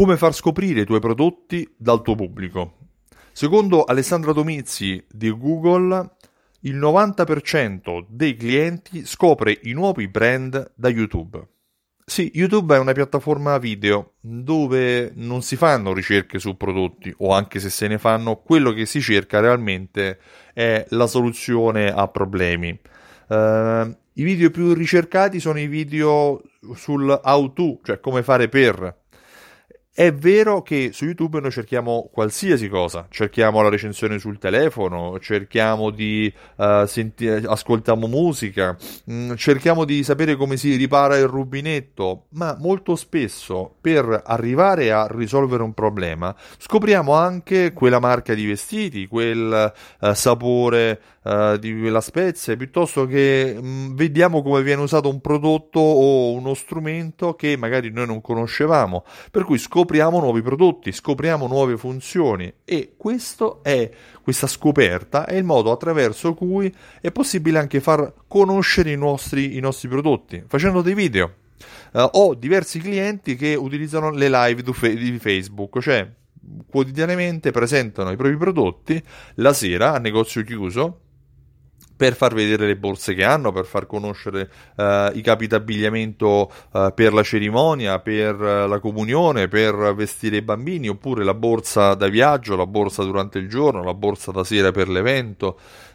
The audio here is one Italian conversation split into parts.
Come far scoprire i tuoi prodotti dal tuo pubblico? Secondo Alessandra Domizzi di Google, il 90% dei clienti scopre i nuovi brand da YouTube. Sì, YouTube è una piattaforma video dove non si fanno ricerche su prodotti, o anche se se ne fanno, quello che si cerca realmente è la soluzione a problemi. I video più ricercati sono i video sul how to, cioè come fare per. È vero che su YouTube noi cerchiamo qualsiasi cosa, cerchiamo la recensione sul telefono, cerchiamo di ascoltiamo musica, cerchiamo di sapere come si ripara il rubinetto, ma molto spesso per arrivare a risolvere un problema scopriamo anche quella marca di vestiti, quel sapore di quella spezia, piuttosto che vediamo come viene usato un prodotto o uno strumento che magari noi non conoscevamo, per cui scopriamo nuovi prodotti, scopriamo nuove funzioni e questa scoperta è il modo attraverso cui è possibile anche far conoscere i nostri prodotti, facendo dei video. Ho diversi clienti che utilizzano le live di Facebook, cioè quotidianamente presentano i propri prodotti la sera a negozio chiuso per far vedere le borse che hanno, per far conoscere i capi d'abbigliamento per la cerimonia, per la comunione, per vestire i bambini, oppure la borsa da viaggio, la borsa durante il giorno, la borsa da sera per l'evento.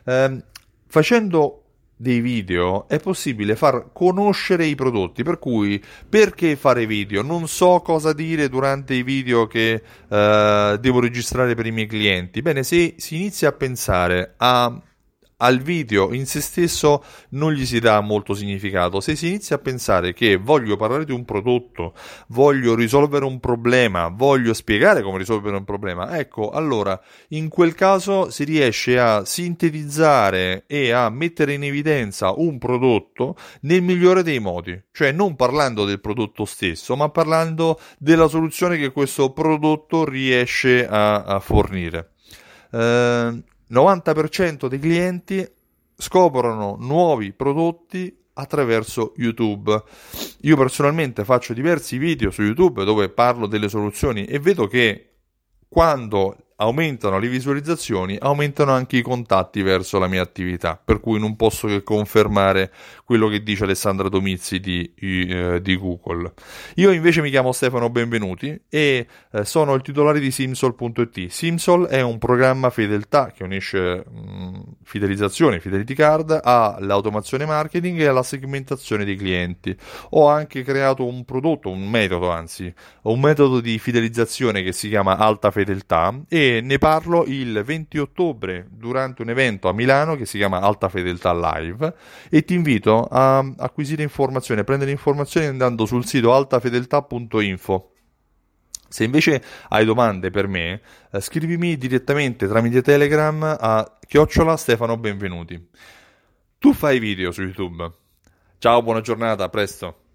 Facendo dei video è possibile far conoscere i prodotti, per cui perché fare video? Non so cosa dire durante i video che devo registrare per i miei clienti. Bene, se si inizia a pensare al video in se stesso non gli si dà molto significato. Se si inizia a pensare che voglio parlare di un prodotto, voglio risolvere un problema, voglio spiegare come risolvere un problema, ecco, allora in quel caso si riesce a sintetizzare e a mettere in evidenza un prodotto nel migliore dei modi, cioè non parlando del prodotto stesso, ma parlando della soluzione che questo prodotto riesce a fornire. 90% dei clienti scoprono nuovi prodotti attraverso YouTube. Io personalmente faccio diversi video su YouTube dove parlo delle soluzioni e vedo che quando aumentano le visualizzazioni, aumentano anche i contatti verso la mia attività, per cui non posso che confermare quello che dice Alessandra Domizzi di Google. Io invece mi chiamo Stefano Benvenuti e sono il titolare di Simsol.it. Simsol è un programma fedeltà che unisce fidelizzazione, fidelity card, all'automazione marketing e alla segmentazione dei clienti. Ho anche creato un metodo di fidelizzazione che si chiama Alta Fedeltà e ne parlo il 20 ottobre durante un evento a Milano che si chiama Alta Fedeltà Live e ti invito a acquisire informazioni, a prendere informazioni andando sul sito altafedeltà.info. Se invece hai domande per me, scrivimi direttamente tramite Telegram a @Stefano Benvenuti. Tu fai video su YouTube. Ciao, buona giornata, a presto.